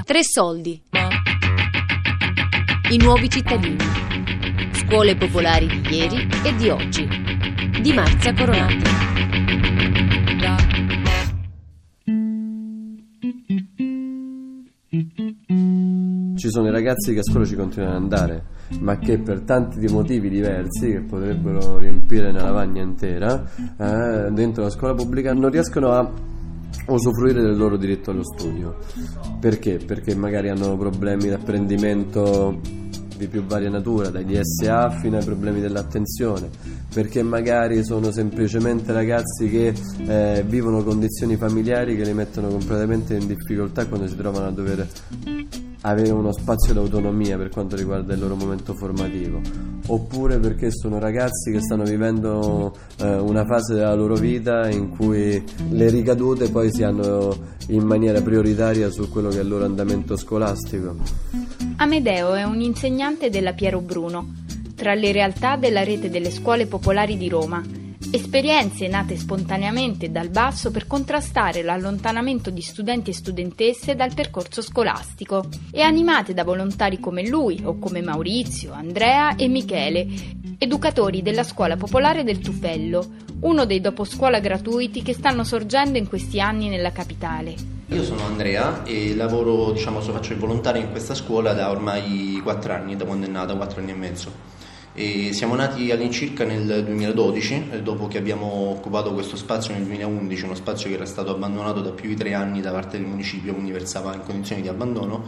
Tre soldi. I nuovi cittadini. Scuole popolari di ieri e di oggi. Di Marzia Coronati. Ci sono i ragazzi che a scuola ci continuano ad andare, ma che per tanti motivi diversi, che potrebbero riempire una lavagna intera, dentro la scuola pubblica non riescono a usufruire del loro diritto allo studio. Perché? Perché magari hanno problemi di apprendimento di più varia natura, dai DSA fino ai problemi dell'attenzione, perché magari sono semplicemente ragazzi che vivono condizioni familiari che li mettono completamente in difficoltà quando si trovano a dover avere uno spazio d'autonomia per quanto riguarda il loro momento formativo, oppure perché sono ragazzi che stanno vivendo una fase della loro vita in cui le ricadute poi si hanno in maniera prioritaria su quello che è il loro andamento scolastico. Amedeo è un insegnante della Piero Bruno, tra le realtà della rete delle scuole popolari di Roma. Esperienze nate spontaneamente dal basso per contrastare l'allontanamento di studenti e studentesse dal percorso scolastico e animate da volontari come lui o come Maurizio, Andrea e Michele, educatori della scuola popolare del Tufello, uno dei doposcuola gratuiti che stanno sorgendo in questi anni nella capitale. Io sono Andrea e lavoro, faccio il volontario in questa scuola da ormai 4 anni, da quando è nata, 4 anni e mezzo. E siamo nati all'incirca nel 2012, dopo che abbiamo occupato questo spazio nel 2011, uno spazio che era stato abbandonato da più di 3 anni da parte del municipio, quindi versava in condizioni di abbandono,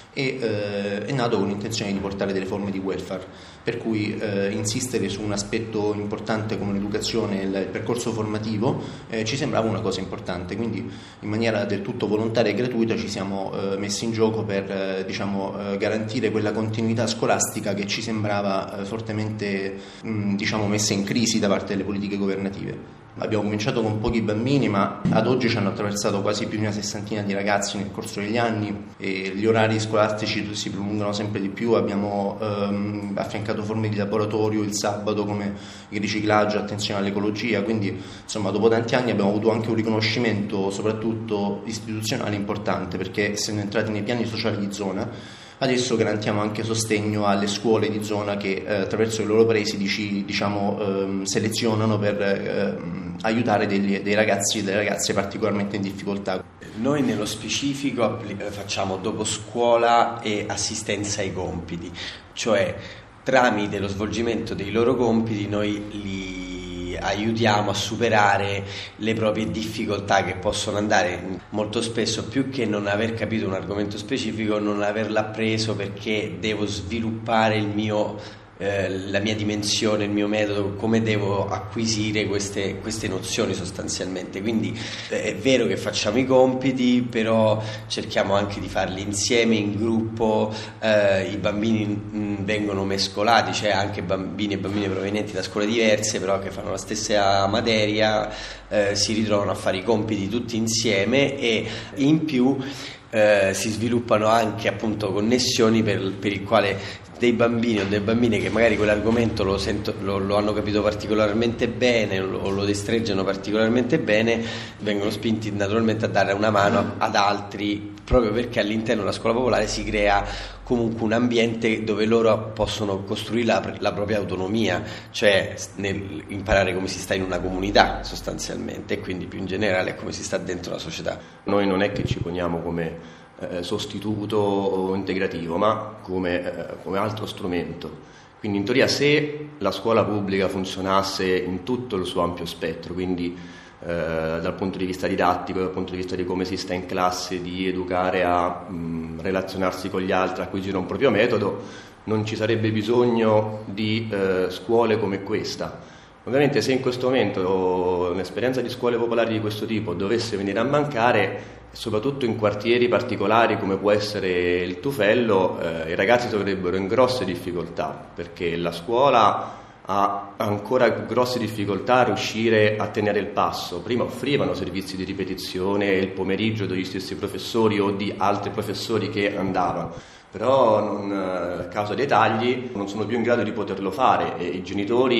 e è nato con l'intenzione di portare delle forme di welfare, per cui insistere su un aspetto importante come l'educazione e il percorso formativo ci sembrava una cosa importante, quindi in maniera del tutto volontaria e gratuita ci siamo messi in gioco per garantire quella continuità scolastica che ci sembrava fortemente messa in crisi da parte delle politiche governative. Abbiamo cominciato con pochi bambini, ma ad oggi ci hanno attraversato quasi più di una 60 di ragazzi nel corso degli anni e gli orari scolastici si prolungano sempre di più. Abbiamo affiancato forme di laboratorio il sabato come il riciclaggio, attenzione all'ecologia, quindi dopo tanti anni abbiamo avuto anche un riconoscimento soprattutto istituzionale importante, perché essendo entrati nei piani sociali di zona adesso garantiamo anche sostegno alle scuole di zona che attraverso i loro presidi ci selezionano per aiutare dei ragazzi e delle ragazze particolarmente in difficoltà. Noi nello specifico facciamo dopo scuola e assistenza ai compiti, cioè tramite lo svolgimento dei loro compiti noi li aiutiamo a superare le proprie difficoltà, che possono andare molto spesso, più che non aver capito un argomento specifico, non averlo appreso perché devo sviluppare la mia dimensione, il mio metodo, come devo acquisire queste nozioni sostanzialmente. Quindi è vero che facciamo i compiti, però cerchiamo anche di farli insieme, in gruppo. I bambini vengono mescolati, cioè anche bambini e bambine provenienti da scuole diverse però che fanno la stessa materia, si ritrovano a fare i compiti tutti insieme e in più si sviluppano anche appunto connessioni per il quale dei bambini o delle bambine che magari quell'argomento lo hanno capito particolarmente bene o lo destreggiano particolarmente bene, vengono spinti naturalmente a dare una mano ad altri, proprio perché all'interno della scuola popolare si crea comunque un ambiente dove loro possono costruire la propria autonomia, cioè imparare come si sta in una comunità sostanzialmente, e quindi più in generale come si sta dentro la società. Noi non è che ci poniamo come sostituto integrativo, ma come altro strumento. Quindi in teoria, se la scuola pubblica funzionasse in tutto il suo ampio spettro, quindi dal punto di vista didattico, dal punto di vista di come si sta in classe, di educare a relazionarsi con gli altri, acquisire un proprio metodo, non ci sarebbe bisogno di scuole come questa. Ovviamente se in questo momento un'esperienza di scuole popolari di questo tipo dovesse venire a mancare, soprattutto in quartieri particolari come può essere il Tufello, i ragazzi troverebbero in grosse difficoltà, perché la scuola ha ancora grosse difficoltà a riuscire a tenere il passo. Prima offrivano servizi di ripetizione il pomeriggio degli stessi professori o di altri professori che andavano, però a causa dei tagli non sono più in grado di poterlo fare e i genitori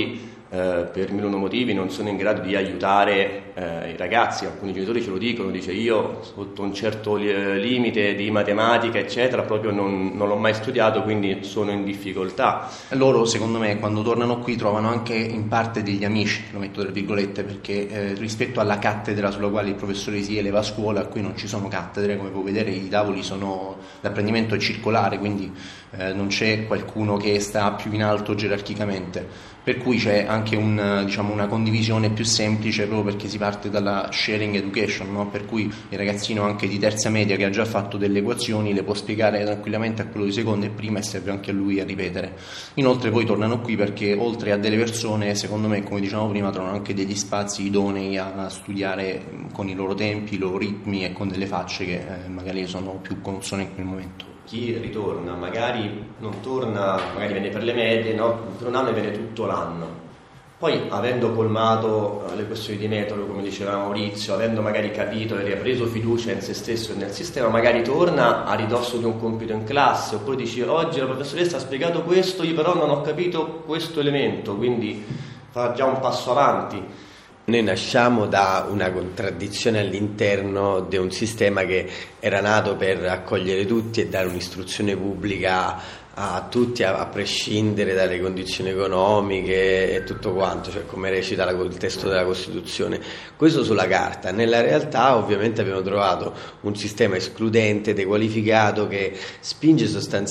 per mille motivi non sono in grado di aiutare i ragazzi. Alcuni genitori ce lo dicono, dice io sotto un certo limite di matematica eccetera proprio non l'ho mai studiato, quindi sono in difficoltà. Loro secondo me quando tornano qui trovano anche in parte degli amici, lo metto tra virgolette, perché rispetto alla cattedra sulla quale il professore si eleva a scuola, qui non ci sono cattedre, come può vedere i tavoli sono, l'apprendimento è circolare, quindi non c'è qualcuno che sta più in alto gerarchicamente, per cui c'è anche una condivisione più semplice, proprio perché si parte dalla sharing education, no? Per cui il ragazzino anche di terza media che ha già fatto delle equazioni le può spiegare tranquillamente a quello di seconda e prima, e serve anche a lui a ripetere. Inoltre poi tornano qui perché oltre a delle persone, secondo me, come dicevamo prima, trovano anche degli spazi idonei a studiare con i loro tempi, i loro ritmi e con delle facce che magari sono più consone in quel momento. Chi ritorna magari non torna, magari viene per le medie, no? Per un anno e viene tutto l'anno. Poi, avendo colmato le questioni di metodo, come diceva Maurizio, avendo magari capito e ripreso fiducia in se stesso e nel sistema, magari torna a ridosso di un compito in classe, oppure dice oggi la professoressa ha spiegato questo, io però non ho capito questo elemento, quindi fa già un passo avanti. Noi nasciamo da una contraddizione all'interno di un sistema che era nato per accogliere tutti e dare un'istruzione pubblica a tutti, a prescindere dalle condizioni economiche e tutto quanto, cioè come recita il testo della Costituzione. Questo sulla carta. Nella realtà ovviamente abbiamo trovato un sistema escludente, dequalificato, che spinge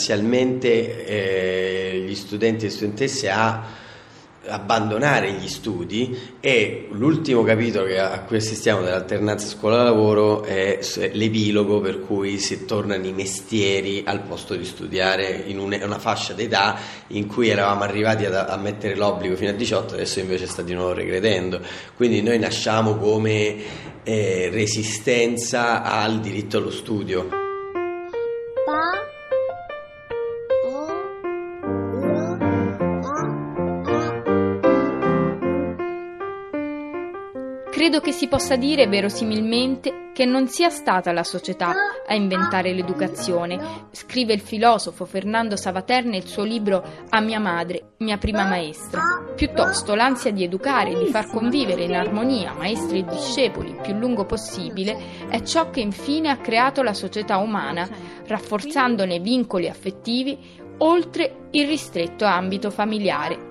sostanzialmente gli studenti e studentesse a abbandonare gli studi, e l'ultimo capitolo a cui assistiamo dell'alternanza scuola-lavoro è l'epilogo per cui si tornano i mestieri al posto di studiare in una fascia d'età in cui eravamo arrivati a mettere l'obbligo fino a 18, adesso invece sta di nuovo regredendo. Quindi noi nasciamo come resistenza al diritto allo studio. Credo che si possa dire verosimilmente che non sia stata la società a inventare l'educazione, scrive il filosofo Fernando Savater nel suo libro A mia madre, mia prima maestra. Piuttosto l'ansia di educare e di far convivere in armonia maestri e discepoli il più lungo possibile è ciò che infine ha creato la società umana, rafforzandone vincoli affettivi oltre il ristretto ambito familiare.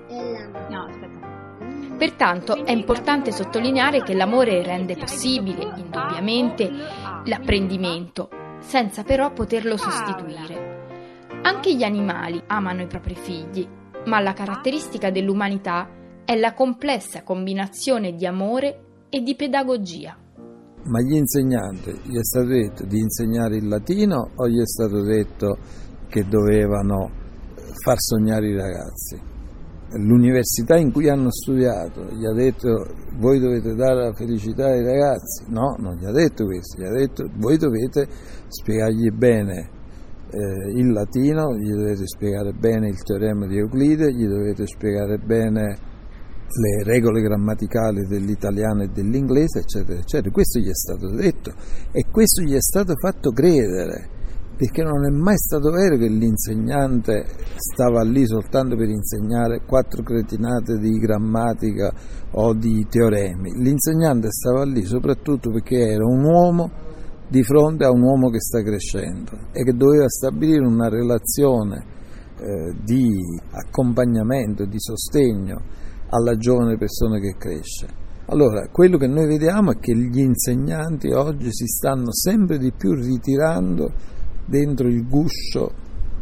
Pertanto è importante sottolineare che l'amore rende possibile, indubbiamente, l'apprendimento, senza però poterlo sostituire. Anche gli animali amano i propri figli, ma la caratteristica dell'umanità è la complessa combinazione di amore e di pedagogia. Ma gli insegnanti, gli è stato detto di insegnare il latino o gli è stato detto che dovevano far sognare i ragazzi? L'università in cui hanno studiato gli ha detto voi dovete dare la felicità ai ragazzi? No, non gli ha detto questo, gli ha detto voi dovete spiegargli bene il latino, gli dovete spiegare bene il teorema di Euclide, gli dovete spiegare bene le regole grammaticali dell'italiano e dell'inglese, eccetera, eccetera. Questo gli è stato detto e questo gli è stato fatto credere, perché non è mai stato vero che l'insegnante stava lì soltanto per insegnare 4 cretinate di grammatica o di teoremi. L'insegnante stava lì soprattutto perché era un uomo di fronte a un uomo che sta crescendo e che doveva stabilire una relazione di accompagnamento, di sostegno alla giovane persona che cresce. Allora, quello che noi vediamo è che gli insegnanti oggi si stanno sempre di più ritirando dentro il guscio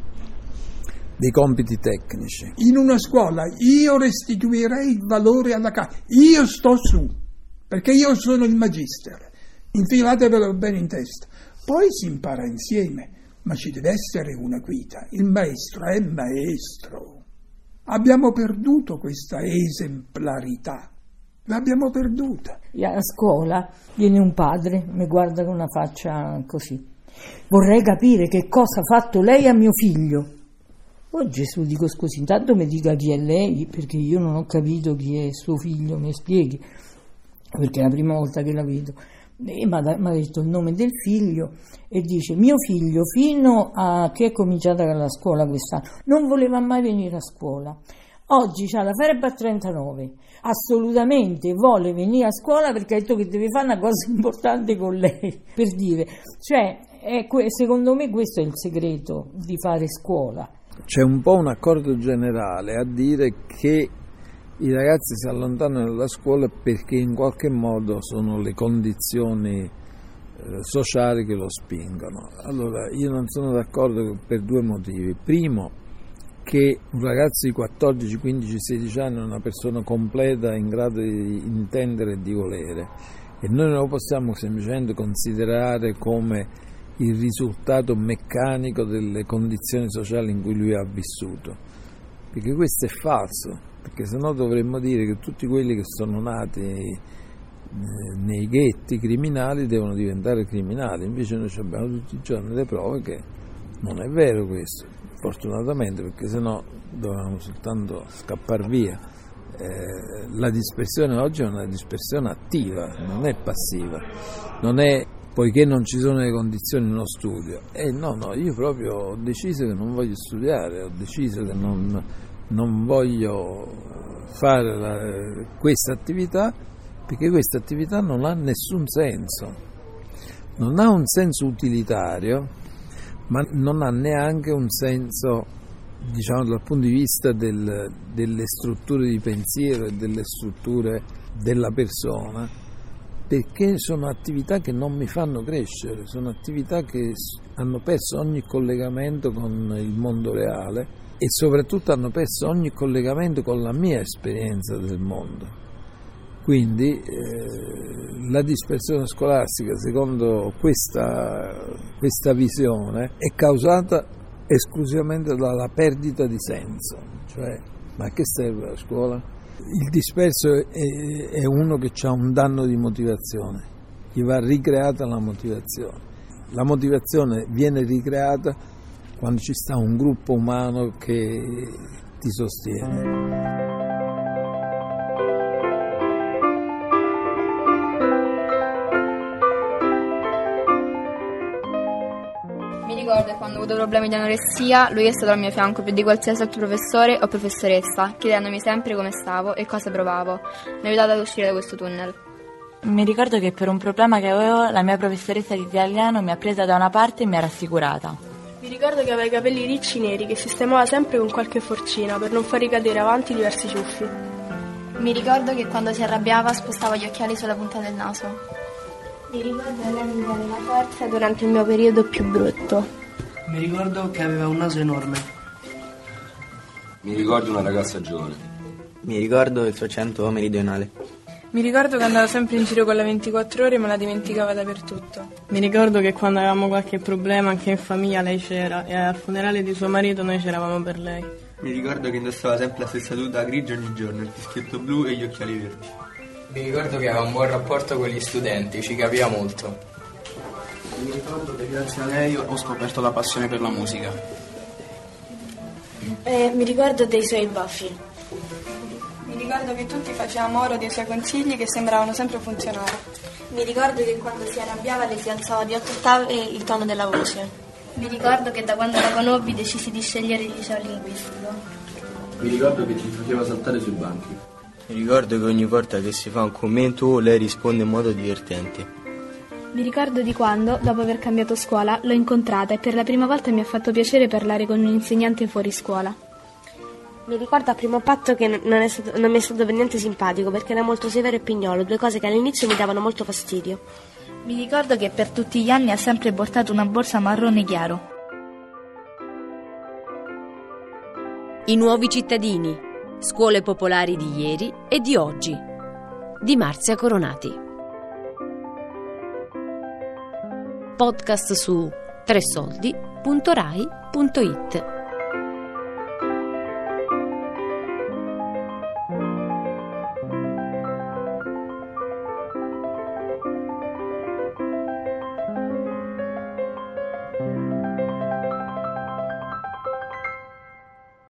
dei compiti tecnici. In una scuola io restituirei il valore alla casa, io sto su, perché io sono il magister, infilatevelo bene in testa, poi si impara insieme, ma ci deve essere una guida, il maestro è maestro. Abbiamo perduto questa esemplarità, l'abbiamo perduta. A scuola viene un padre, mi guarda con una faccia così. Vorrei capire che cosa ha fatto lei a mio figlio. Oh Gesù, dico scusi, intanto mi dica chi è lei, perché io non ho capito chi è suo figlio, mi spieghi, perché è la prima volta che la vedo. E mi ha detto il nome del figlio e dice mio figlio fino a che è cominciata la scuola quest'anno non voleva mai venire a scuola, Oggi c'ha la febre a 39, assolutamente vuole venire a scuola perché ha detto che deve fare una cosa importante con lei, per dire, cioè secondo me questo è il segreto di fare scuola. C'è un po' un accordo generale a dire che i ragazzi si allontanano dalla scuola perché in qualche modo sono le condizioni sociali che lo spingono. Allora, io non sono d'accordo per due motivi. Primo, che un ragazzo di 14, 15, 16 anni è una persona completa in grado di intendere e di volere, e noi non lo possiamo semplicemente considerare come il risultato meccanico delle condizioni sociali in cui lui ha vissuto, perché questo è falso, perché sennò dovremmo dire che tutti quelli che sono nati nei ghetti criminali devono diventare criminali, invece noi abbiamo tutti i giorni le prove che non è vero questo, fortunatamente, perché sennò dovevamo soltanto scappare via. La dispersione oggi è una dispersione attiva, non è passiva, non è poiché non ci sono le condizioni nello studio. No, io proprio ho deciso che non voglio studiare, ho deciso che non voglio fare questa attività, perché questa attività non ha nessun senso, non ha un senso utilitario, ma non ha neanche un senso, diciamo, dal punto di vista delle strutture di pensiero e delle strutture della persona, perché sono attività che non mi fanno crescere, sono attività che hanno perso ogni collegamento con il mondo reale e soprattutto hanno perso ogni collegamento con la mia esperienza del mondo. Quindi la dispersione scolastica, secondo questa visione, è causata esclusivamente dalla perdita di senso. Cioè, ma a che serve la scuola? Il disperso è uno che ha un danno di motivazione, gli va ricreata la motivazione. La motivazione viene ricreata quando ci sta un gruppo umano che ti sostiene. Ricordo quando ho avuto problemi di anoressia, lui è stato al mio fianco più di qualsiasi altro professore o professoressa, chiedendomi sempre come stavo e cosa provavo. Mi ha aiutato ad uscire da questo tunnel. Mi ricordo che per un problema che avevo, la mia professoressa di italiano mi ha presa da una parte e mi ha rassicurata. Mi ricordo che aveva i capelli ricci neri, che sistemava sempre con qualche forcina per non far ricadere avanti diversi ciuffi. Mi ricordo che quando si arrabbiava spostava gli occhiali sulla punta del naso. Mi ricordo che lei mi dava forza durante il mio periodo più brutto. Mi ricordo che aveva un naso enorme. Mi ricordo una ragazza giovane. Mi ricordo il suo accento meridionale. Mi ricordo che andava sempre in giro con la 24 ore ma la dimenticava dappertutto. Mi ricordo che quando avevamo qualche problema anche in famiglia lei c'era e al funerale di suo marito noi c'eravamo per lei. Mi ricordo che indossava sempre la stessa tuta grigia ogni giorno, il fischietto blu e gli occhiali verdi. Mi ricordo che aveva un buon rapporto con gli studenti, ci capiva molto. Mi ricordo che grazie a lei ho scoperto la passione per la musica. Mi ricordo dei suoi baffi. Mi ricordo che tutti facevamo oro dei suoi consigli che sembravano sempre funzionare. Mi ricordo che quando si arrabbiava le si alzava di 8 ottave il tono della voce. Mi ricordo che da quando la conobbi decisi di scegliere il liceo linguistico. Mi ricordo che ci faceva saltare sui banchi. Mi ricordo che ogni volta che si fa un commento lei risponde in modo divertente. Mi ricordo di quando, dopo aver cambiato scuola, l'ho incontrata e per la prima volta mi ha fatto piacere parlare con un insegnante fuori scuola. Mi ricordo a primo patto che non mi è stato per niente simpatico perché era molto severo e pignolo, due cose che all'inizio mi davano molto fastidio. Mi ricordo che per tutti gli anni ha sempre portato una borsa marrone chiaro. I nuovi cittadini, scuole popolari di ieri e di oggi, di Marzia Coronati. Podcast su tresoldi.rai.it